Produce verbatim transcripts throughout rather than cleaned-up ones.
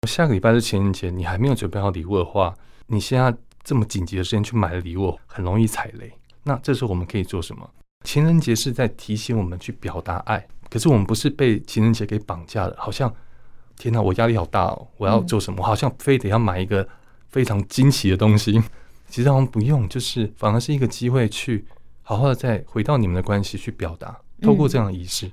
下个礼拜是情人节，你还没有准备好礼物的话，你现在这么紧急的时间去买了礼物，很容易踩雷。那这时候我们可以做什么？情人节是在提醒我们去表达爱，可是我们不是被情人节给绑架了，好像天哪，我压力好大哦，我要做什么？我好像非得要买一个非常惊奇的东西。其实好像不用，就是反而是一个机会去好好的再回到你们的关系去表达，透过这样的仪式。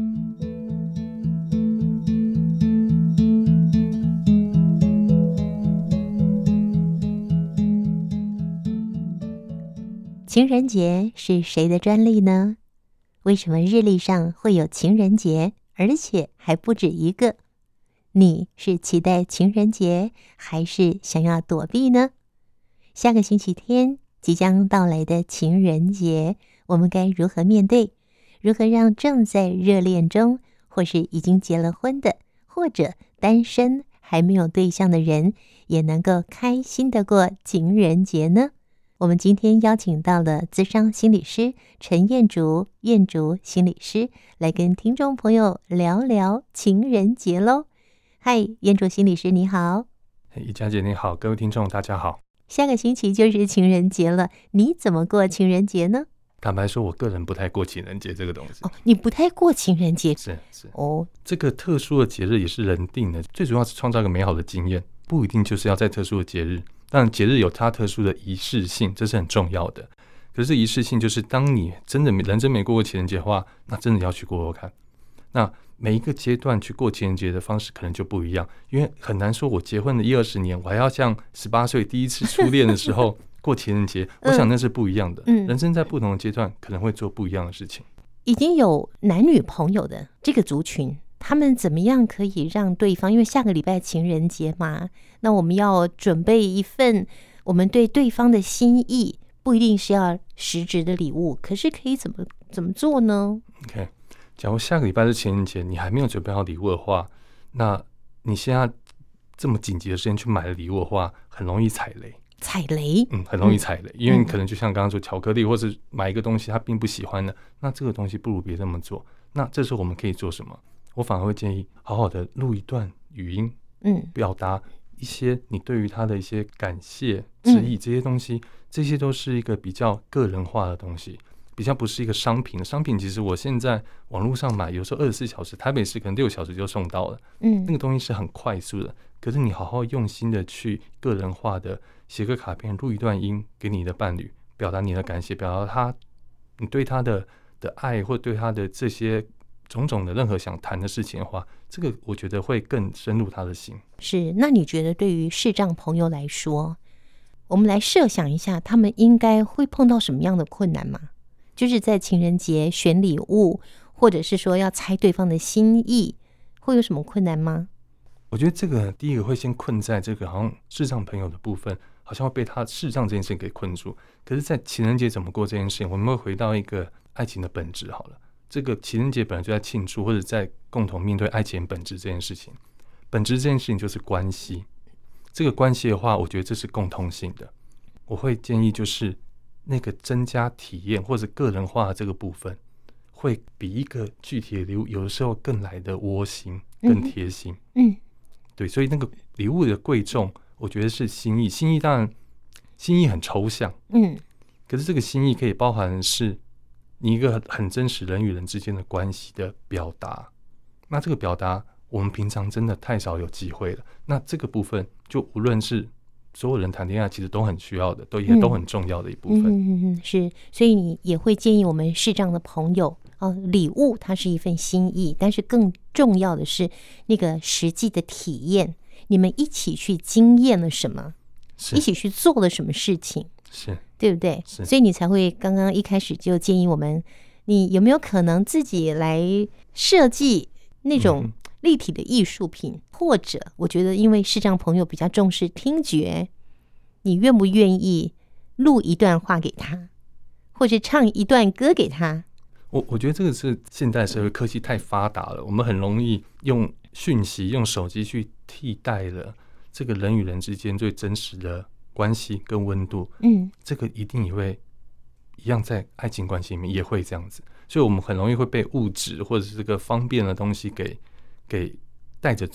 情人节是谁的专利呢？为什么日历上会有情人节，而且还不止一个？你是期待情人节，还是想要躲避呢？下个星期天即将到来的情人节，我们该如何面对？如何让正在热恋中，或是已经结了婚的，或者单身还没有对象的人，也能够开心的过情人节呢？我们今天邀请到了諮商心理師陳彥竹彥竹心理師來跟聽眾朋友聊聊情人節咯。嗨，彥竹心理師你好。 宜家姐你好，各位聽眾大家好。 下個星期就是情人節了，你怎麼過情人節呢？ 坦白說，我個人不太過情人節這個東西。 哦，你不太過情人節？ 是是哦， 這個特殊的節日也是人定的，最主要是創造一個美好的經驗，不一定就是要在特殊的節日。當然節日有它特殊的儀式性，這是很重要的。可是儀式性就是當你真的人生沒過過情人節的話，那真的要去過過看。那每一個階段去過情人節的方式可能就不一樣，因為很難說我結婚了一二十年，我還要像十八歲第一次初戀的時候過情人節，我想那是不一樣的。 嗯， 人生在不同的階段可能會做不一樣的事情。 已經有男女朋友的這個族群，他們怎麼樣可以讓對方，因為下個禮拜情人節嘛，那我們要準備一份我們對對方的心意，不一定是要實質的禮物，可是可以怎麼怎麼做呢？ OK， 假如下個禮拜是情人節，你還沒有準備好禮物的話，那你現在這麼緊急的時間去買了禮物的話，很容易踩雷。 踩雷？ 嗯，很容易踩雷，嗯，因為你可能就像剛剛說巧克力，或是買一個東西他並不喜歡的，那這個東西不如別這麼做。那這時候我們可以做什麼？我反而會建議好好的錄一段語音，嗯，表達一些你對於他的一些感謝之意，這些東西，這些都是一個比較個人化的東西，比較不是一個商品。商品其實我現在網絡上買，有時候二十四小時，台北市可能六小時就送到了，嗯，那個東西是很快速的。可是你好好用心的去個人化的寫個卡片，錄一段音給你的伴侶，表達你的感謝，表達他你對他的的愛，或對他的這些種種的任何想談的事情的話，這個我覺得會更深入他的心。 是，那你覺得對於視障朋友來說，我們來設想一下，他們應該會碰到什麼樣的困難嗎？就是在情人節選禮物，或者是說要猜對方的心意，會有什麼困難嗎？ 我覺得這個第一個會先困在這個好像視障朋友的部分，好像會被他視障這件事情給困住。可是在情人節怎麼過這件事情，我們會回到一個愛情的本質好了。這個情人節本來就在慶祝，或者在共同面對愛情本質這件事情。本質這件事情就是關係。這個關係的話，我覺得這是共通性的。我會建議就是那個增加體驗或者個人化的這個部分，會比一個具體的禮物有的時候更來的窩心、更貼心。嗯。嗯，對，所以那個禮物的貴重，我覺得是心意。心意當然，心意很抽象。嗯。可是這個心意可以包含的是你一個很真實人與人之間的關係的表達，那這個表達我們平常真的太少有機會了。那這個部分就無論是所有人談戀愛，其實都很需要的，都也都很重要的一部分。 嗯嗯嗯，是，所以你也會建議我們視障的朋友，哦，禮物它是一份心意，但是更重要的是那個實際的體驗，你們一起去經驗了什麼，一起去做了什麼事情。 是， 對不對？所以你才會剛剛一開始就建議我們，你有沒有可能自己來設計那種立體的藝術品，嗯，或者我覺得因為視障朋友比較重視聽覺，你願不願意錄一段話給他，或者唱一段歌給他？ 我我覺得這個是現代社會科技太發達了，我們很容易用訊息、用手機去替代了這個人與人之間最真實的關係跟溫度，嗯，這個一定也會一樣，在愛情關係裡面也會這樣子，所以我們很容易會被物質或者是這個方便的東西給給帶着走。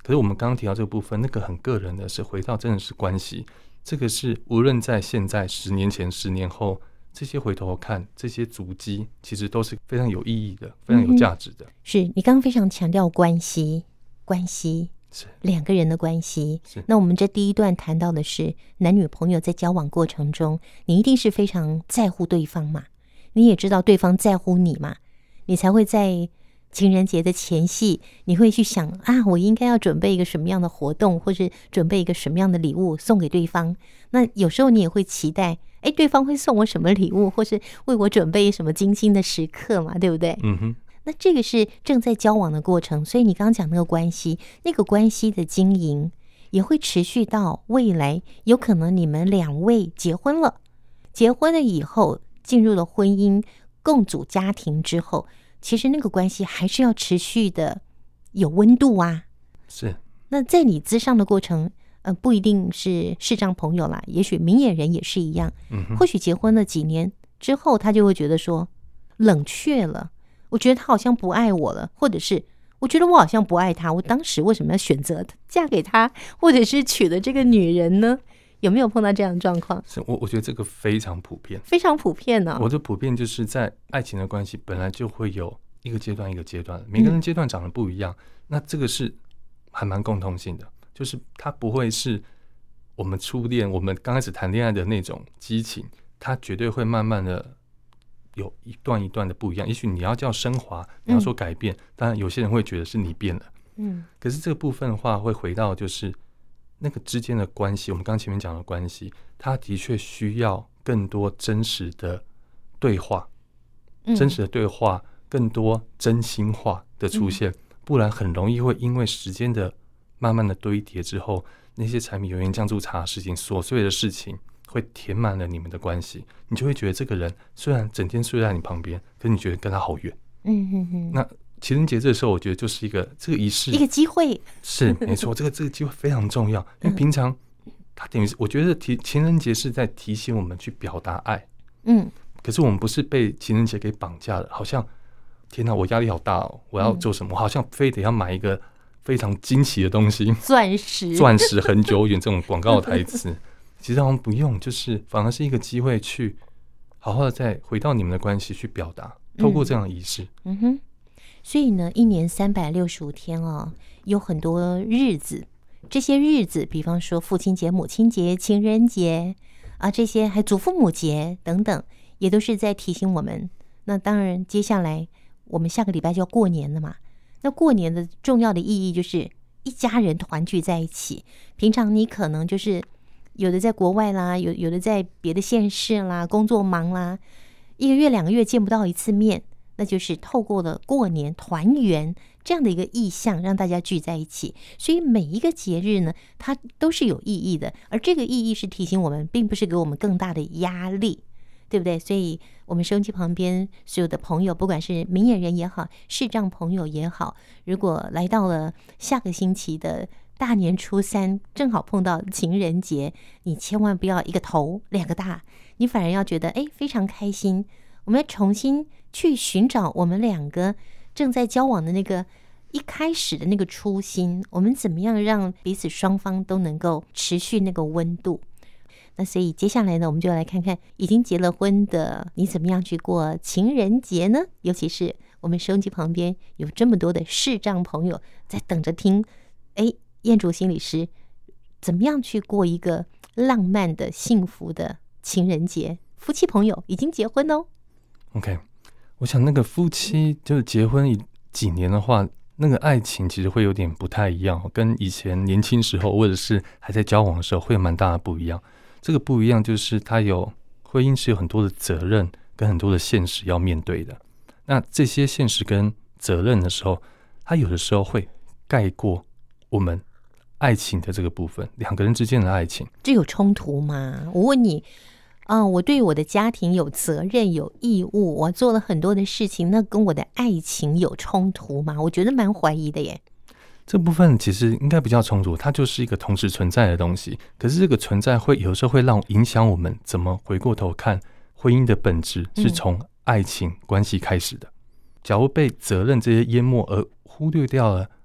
可是我们刚刚提到这个部分，那个很个人的是回到真的是关系，这个是无论在现在、十年前、十年后，这些回头看，这些足迹，其实都是非常有意义的，非常有价值的。嗯、 是你刚刚非常强调关系，关系是两个人的关系。那我们这第一段谈到的是男女朋友在交往过程中，你一定是非常在乎对方嘛，你也知道对方在乎你嘛，你才会在情人节的前夕，你会去想啊，我应该要准备一个什么样的活动，或是准备一个什么样的礼物送给对方。那有时候你也会期待，哎，对方会送我什么礼物，或是为我准备什么精心的时刻嘛，对不对？ 嗯哼。 那这个是正在交往的过程，所以你刚刚讲那个关系，那个关系的经营也会持续到未来，有可能你们两位结婚了，结婚了以后进入了婚姻，共组家庭之后，其实那个关系还是要持续的有温度啊。 是。 那在你咨商的过程，呃，不一定是视障朋友啦，也许明眼人也是一样。 嗯哼。 或许结婚了几年之后，他就会觉得说冷却了。我觉得他好像不爱我了，或者是我觉得我好像不爱他，我当时为什么要选择嫁给他，或者是娶了这个女人呢？有没有碰到这样的状况？ 是我我觉得这个非常普遍， 非常普遍呢、哦。 我的普遍就是在爱情的关系本来就会有一个阶段一个阶段，每个人阶段长得不一样，嗯、那这个是还蛮共通性的，就是它不会是我们初恋，我们刚开始谈恋爱的那种激情，它绝对会慢慢的。有一段一段的不一样，也许你要叫升华，你要说改变，嗯、当然有些人会觉得是你变了， 嗯， 可是这个部分的话，会回到就是那个之间的关系，我们刚前面讲的关系，它的确需要更多真实的对话，嗯、真实的对话，更多真心话的出现，嗯、不然很容易会因为时间的慢慢的堆叠之后，那些柴米油盐酱醋茶的事情，琐碎的事情。会填满了你们的关系，你就会觉得这个人虽然整天睡在你旁边，可是你觉得跟他好远。 嗯哼哼。 那情人节这个时候，我觉得就是一个这个仪式， 一个机会。 是没错，这个这个机会非常重要，因为平常他等于是我觉得提情人节是在提醒我们去表达爱。 嗯。 可是我们不是被情人节给绑架了，好像天哪，我压力好大哦，我要做什么？嗯、我好像非得要买一个非常惊奇的东西， 钻石， 钻石很久远这种广告台词。其实好像不用，就是反而是一个机会去好好的再回到你们的关系去表达，透过这样的仪式。 嗯, 嗯哼，所以呢，一年三百六十五天哦，有很多日子，这些日子，比方说父亲节、母亲节、情人节啊，这些还祖父母节等等，也都是在提醒我们。那当然，接下来我们下个礼拜就要过年了嘛。那过年的重要的意义就是一家人团聚在一起。平常你可能就是有的在国外啦，有有的在别的县市啦，工作忙啦，一个月两个月见不到一次面，那就是透过了过年团圆这样的一个意象，让大家聚在一起。所以每一个节日呢，它都是有意义的，而这个意义是提醒我们，并不是给我们更大的压力，对不对？所以我们收音机旁边所有的朋友，不管是明眼人也好，视障朋友也好，如果来到了下个星期的大年初三，正好碰到情人节，你千万不要一个头两个大，你反而要觉得哎非常开心。我们要重新去寻找我们两个正在交往的那个一开始的那个初心，我们怎么样让彼此双方都能够持续那个温度。那所以接下来呢，我们就来看看已经结了婚的你怎么样去过情人节呢？尤其是我们收音机旁边有这么多的视障朋友在等着听，哎，燕竹心理师怎么样去过一个浪漫的幸福的情人节？夫妻朋友已经结婚哦。 OK， 我想那个夫妻就是结婚几年的话，那个爱情其实会有点不太一样，跟以前年轻时候或者是还在交往的时候会有蛮大的不一样。这个不一样就是他有婚姻是有很多的责任跟很多的现实要面对的。那这些现实跟责任的时候，他有的时候会盖过我们爱情的这个部分，两个人之间的爱情。 这有冲突吗？我问你啊，我对我的家庭有责任有义务，我做了很多的事情，那跟我的爱情有冲突吗？我觉得蛮怀疑的耶。 这部分其实应该比较冲突，它就是一个同时存在的东西。可是这个存在会有时候会让影响我们怎么回过头看婚姻的本质是从爱情关系开始的。嗯、假如被责任这些淹没而忽略掉了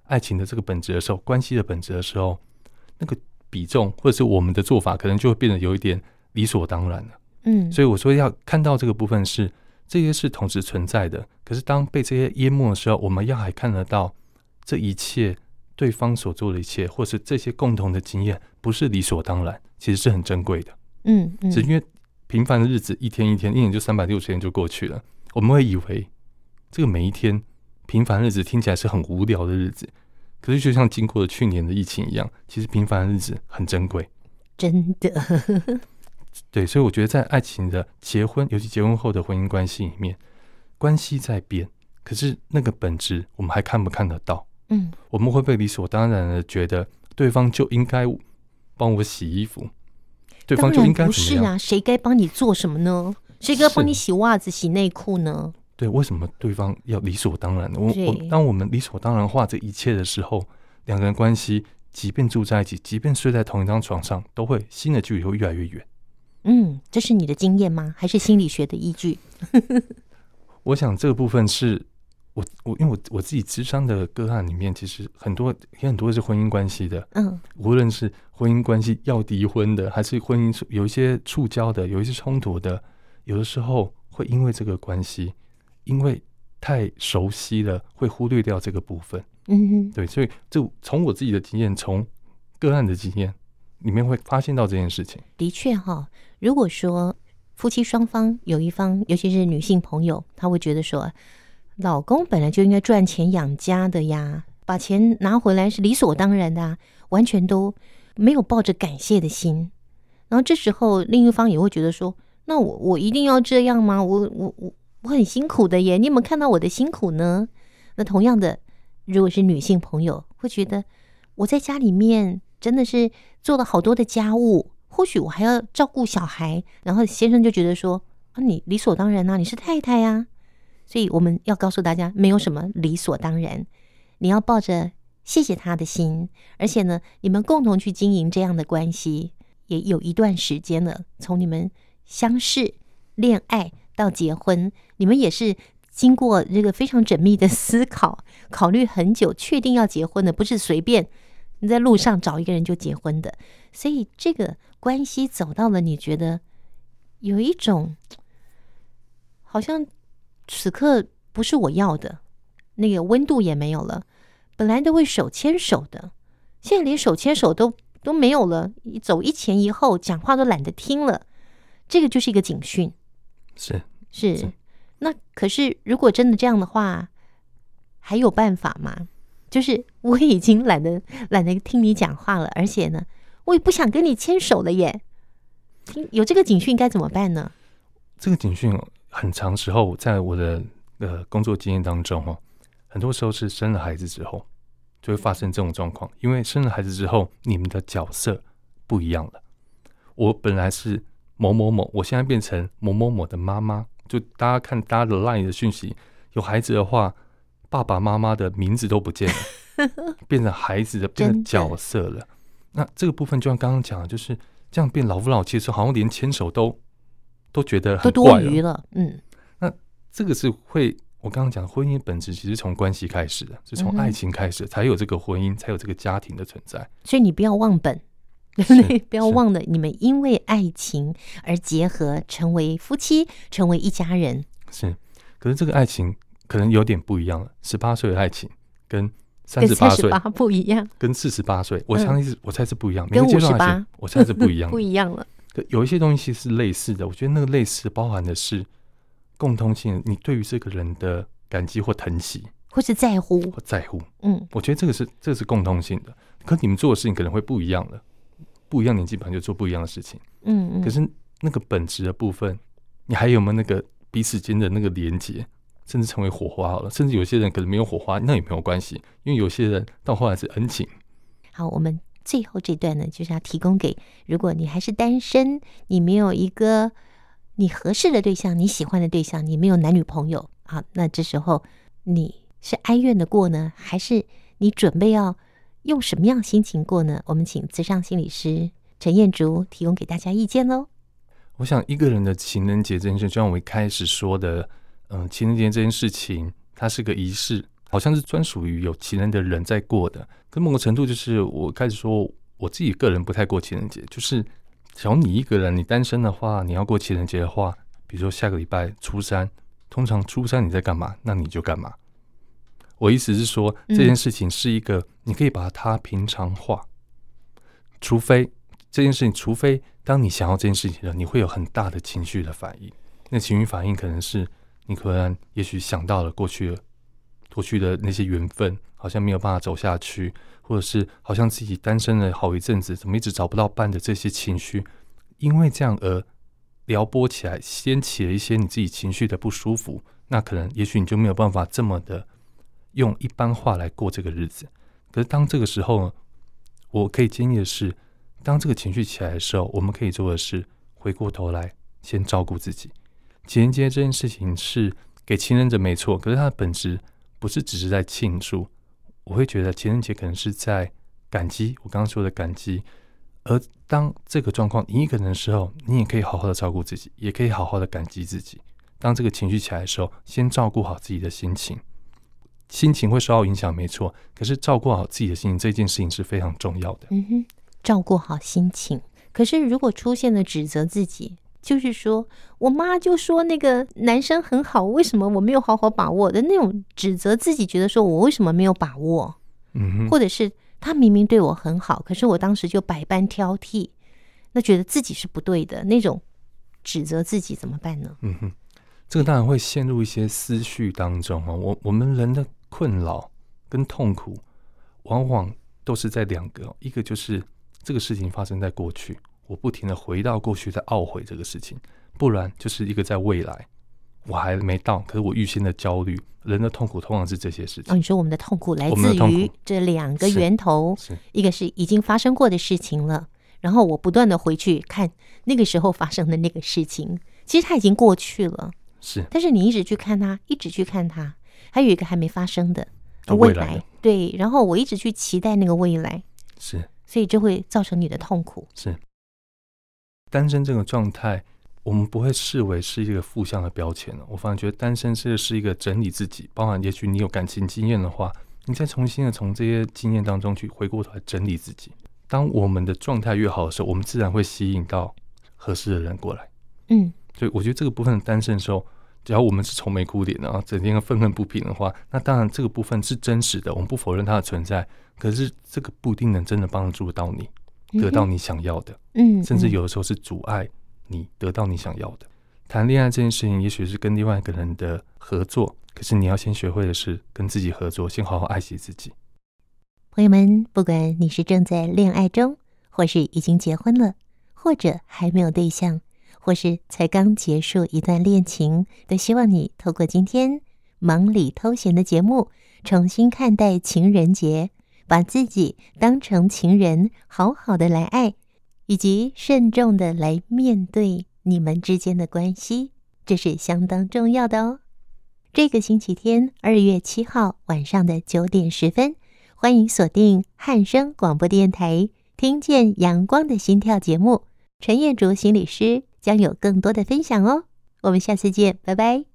爱情的这个本质的时候，关系的本质的时候，那个比重或者是我们的做法，可能就会变得有一点理所当然了。 嗯， 所以我说要看到这个部分是这些是同时存在的，可是当被这些淹没的时候，我们要还看得到这一切对方所做的一切，或是这些共同的经验，不是理所当然，其实是很珍贵的。 嗯嗯， 只因为平凡的日子一天一天，一年就三百六十天就过去了，我们会以为这个每一天平凡日子听起来是很无聊的日子，可是就像经过了去年的疫情一样，其实平凡的日子很珍贵， 真的。 对，所以我觉得在爱情的结婚，尤其结婚后的婚姻关系里面，关系在变，可是那个本质我们还看不看得到？ 嗯， 我们会不会理所当然的觉得对方就应该帮我洗衣服，对方就应该怎么样？ 当然不是啊，谁该帮你做什么呢？谁该帮你洗袜子、洗内裤呢？ 对，为什么对方要理所当然的？我我当我们理所当然化这一切的时候，两个人关系即便住在一起，即便睡在同一张床上，都会心的距离会越来越远。嗯， 这是你的经验吗？还是心理学的依据？ 我想这个部分是我我因为我我自己咨商的个案里面，其实很多也很多是婚姻关系的，嗯，无论是婚姻关系要离婚的，还是婚姻有一些触礁的，有一些冲突的，有的时候会因为这个关系，因为太熟悉了，会忽略掉这个部分。嗯哼，对，所以就从我自己的经验，从个案的经验里面会发现到这件事情。 的确哈，如果说夫妻双方有一方，尤其是女性朋友，她会觉得说，老公本来就应该赚钱养家的呀，把钱拿回来是理所当然的啊，完全都没有抱着感谢的心。然后这时候另一方也会觉得说，那我我一定要这样吗？我我我我很辛苦的耶，你有没有看到我的辛苦呢？那同样的，如果是女性朋友会觉得，我在家里面真的是做了好多的家务，或许我还要照顾小孩，然后先生就觉得说，啊，你理所当然啊，你是太太啊。所以我们要告诉大家，没有什么理所当然，你要抱着谢谢他的心，而且呢，你们共同去经营这样的关系，也有一段时间了，从你们相识、恋爱到结婚，你们也是经过这个非常缜密的思考，考虑很久，确定要结婚的，不是随便你在路上找一个人就结婚的。所以这个关系走到了，你觉得有一种好像此刻不是我要的，那个温度也没有了，本来都会手牵手的，现在连手牵手都都没有了，走一前一后，讲话都懒得听了，这个就是一个警讯。 是是, 是那可是如果真的这样的话，还有办法吗？就是我已经懒得懒得听你讲话了，而且呢，我也不想跟你牵手了耶。有这个警讯该怎么办呢？ 这个警讯很长时候，在我的呃工作经验当中哦，很多时候是生了孩子之后就会发生这种状况，因为生了孩子之后，你们的角色不一样了。我本来是某某某，我现在变成某某某的妈妈。就大家看大家的 LINE 的讯息，有孩子的话，爸爸妈妈的名字都不见了，变成孩子的变成角色了。那这个部分就像刚刚讲的，就是这样变老夫老妻的时候，好像连牵手都都觉得很怪了，都多余了。嗯， 那这个是会，我刚刚讲婚姻本质其实从关系开始的，是从爱情开始，才有这个婚姻，才有这个家庭的存在。 所以你不要忘本。对不对？不要忘了，你们因为爱情而结合，成为夫妻，成为一家人。 是，可是这个爱情可能有点不一样了。十八岁的爱情跟三十八岁不一样， 跟四十八岁，我相信是、嗯、我猜是不一样。每个阶段爱情，我猜是不一样， 不一样了。 有一些东西是类似的，我觉得那个类似包含的是共通性，你对于这个人的感激或疼惜， 或是在乎， 或在乎。嗯，我觉得这个是这个是共通性的。可你们做的事情可能会不一样了。不一样年纪本来就做不一样的事情，嗯嗯，可是那个本质的部分，你还有没有那个彼此间的那个连结，甚至成为火花好了？甚至有些人可能没有火花，那也没有关系，因为有些人到后来是恩情。 好，我们最后这段呢，就是要提供给如果你还是单身，你没有一个你合适的对象，你喜欢的对象，你没有男女朋友，好，那这时候你是哀怨的过呢，还是你准备要用什么样心情过呢？我们请諮商心理师陈彥竹提供给大家意见喽。 我想一个人的情人节这件事，就像我一开始说的，嗯、呃，情人节这件事情，它是个仪式， 好像是专属于有情人的人在过的。跟某个程度就是我开始说我自己个人不太过情人节，就是假如你一个人你单身的话，你要过情人节的话，比如说下个礼拜初三，通常初三你在干嘛，那你就干嘛。我意思是说这件事情是一个、嗯、你可以把它平常化，除非这件事情除非当你想要这件事情的，你会有很大的情绪的反应。那情绪反应可能是你可能也许想到了过去的过去的那些缘分好像没有办法走下去，或者是好像自己单身了好一阵子怎么一直找不到伴的这些情绪，因为这样而撩拨起来，掀起了一些你自己情绪的不舒服，那可能也许你就没有办法这么的用一般话来过这个日子。可是当这个时候呢，我可以建议的是，当这个情绪起来的时候，我们可以做的是回过头来先照顾自己。情人节这件事情是给情人的没错，可是它的本质不是只是在庆祝。我会觉得情人节可能是在感激，我刚刚说的感激。而当这个状况你一个人的时候，你也可以好好的照顾自己，也可以好好的感激自己。当这个情绪起来的时候，先照顾好自己的心情。心情会受到影响没错，可是照顾好自己的心情这件事情是非常重要的。 嗯哼，照顾好心情。可是如果出现了指责自己，就是说我妈就说那个男生很好，为什么我没有好好把握的那种指责自己，觉得说我为什么没有把握， 嗯哼， 或者是他明明对我很好，可是我当时就百般挑剔，那觉得自己是不对的，那种指责自己怎么办呢？ 嗯哼，这个当然会陷入一些思绪当中。我我们人的困扰跟痛苦往往都是在两个，一个就是这个事情发生在过去，我不停的回到过去在懊悔这个事情，不然就是一个在未来我还没到，可是我预先的焦虑。人的痛苦通常是这些事情。 哦，你说我们的痛苦来自于这两个源头，一个是已经发生过的事情了，然后我不断的回去看那个时候发生的那个事情，其实它已经过去了， 是， 但是你一直去看它，一直去看它，还有一个还没发生的未来， 未来对，然后我一直去期待那个未来， 是， 所以这会造成你的痛苦。 是，单身这个状态我们不会视为是一个负向的标签，我反而觉得单身是是一个整理自己，包含也许你有感情经验的话，你再重新的从这些经验当中去回过头来整理自己。当我们的状态越好的时候，我们自然会吸引到合适的人过来。 嗯， 所以我觉得这个部分的单身的时候，只要我们是愁眉苦脸啊，整天愤恨不平的话，那当然这个部分是真实的，我们不否认它的存在，可是这个不一定能真的帮助到你得到你想要的， 嗯， 甚至有的时候是阻碍你得到你想要的。谈恋爱这件事情也许是跟另外一个人的合作，可是你要先学会的是跟自己合作，先好好爱惜自己。 朋友们，不管你是正在恋爱中，或是已经结婚了，或者还没有对象，或是才刚结束一段恋情，都希望你透过今天忙里偷闲的节目，重新看待情人节，把自己当成情人，好好的来爱，以及慎重的来面对你们之间的关系，这是相当重要的哦。这个星期天二月七号晚上的九点十分，欢迎锁定汉声广播电台，听见阳光的心跳节目，陈彦竹心理师将有更多的分享哦。我们下次见，拜拜。